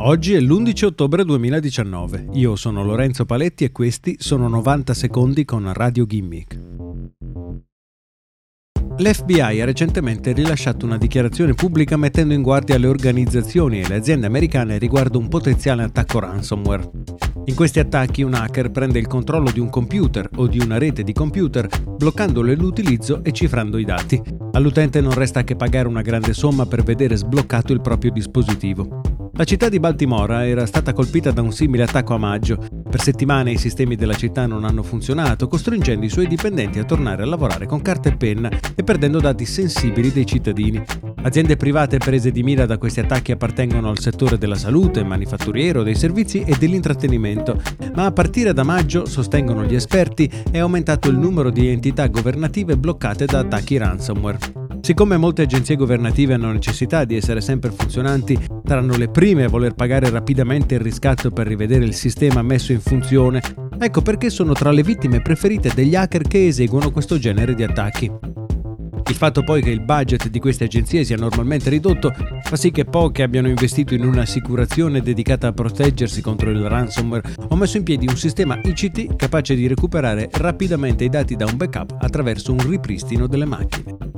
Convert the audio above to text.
Oggi è l'11 ottobre 2019. Io sono Lorenzo Paletti e questi sono 90 secondi con Radio Gimmick. L'FBI ha recentemente rilasciato una dichiarazione pubblica mettendo in guardia le organizzazioni e le aziende americane riguardo un potenziale attacco ransomware. In questi attacchi un hacker prende il controllo di un computer o di una rete di computer, bloccandone l'utilizzo e cifrando i dati. All'utente non resta che pagare una grande somma per vedere sbloccato il proprio dispositivo. La città di Baltimora era stata colpita da un simile attacco a maggio. Per settimane i sistemi della città non hanno funzionato, costringendo i suoi dipendenti a tornare a lavorare con carta e penna e perdendo dati sensibili dei cittadini. Aziende private prese di mira da questi attacchi appartengono al settore della salute, manifatturiero, dei servizi e dell'intrattenimento, ma a partire da maggio, sostengono gli esperti, è aumentato il numero di entità governative bloccate da attacchi ransomware. Siccome molte agenzie governative hanno necessità di essere sempre funzionanti, saranno le prime a voler pagare rapidamente il riscatto per rivedere il sistema messo in funzione. Ecco perché sono tra le vittime preferite degli hacker che eseguono questo genere di attacchi. Il fatto poi che il budget di queste agenzie sia normalmente ridotto fa sì che poche abbiano investito in un'assicurazione dedicata a proteggersi contro il ransomware o messo in piedi un sistema ICT capace di recuperare rapidamente i dati da un backup attraverso un ripristino delle macchine.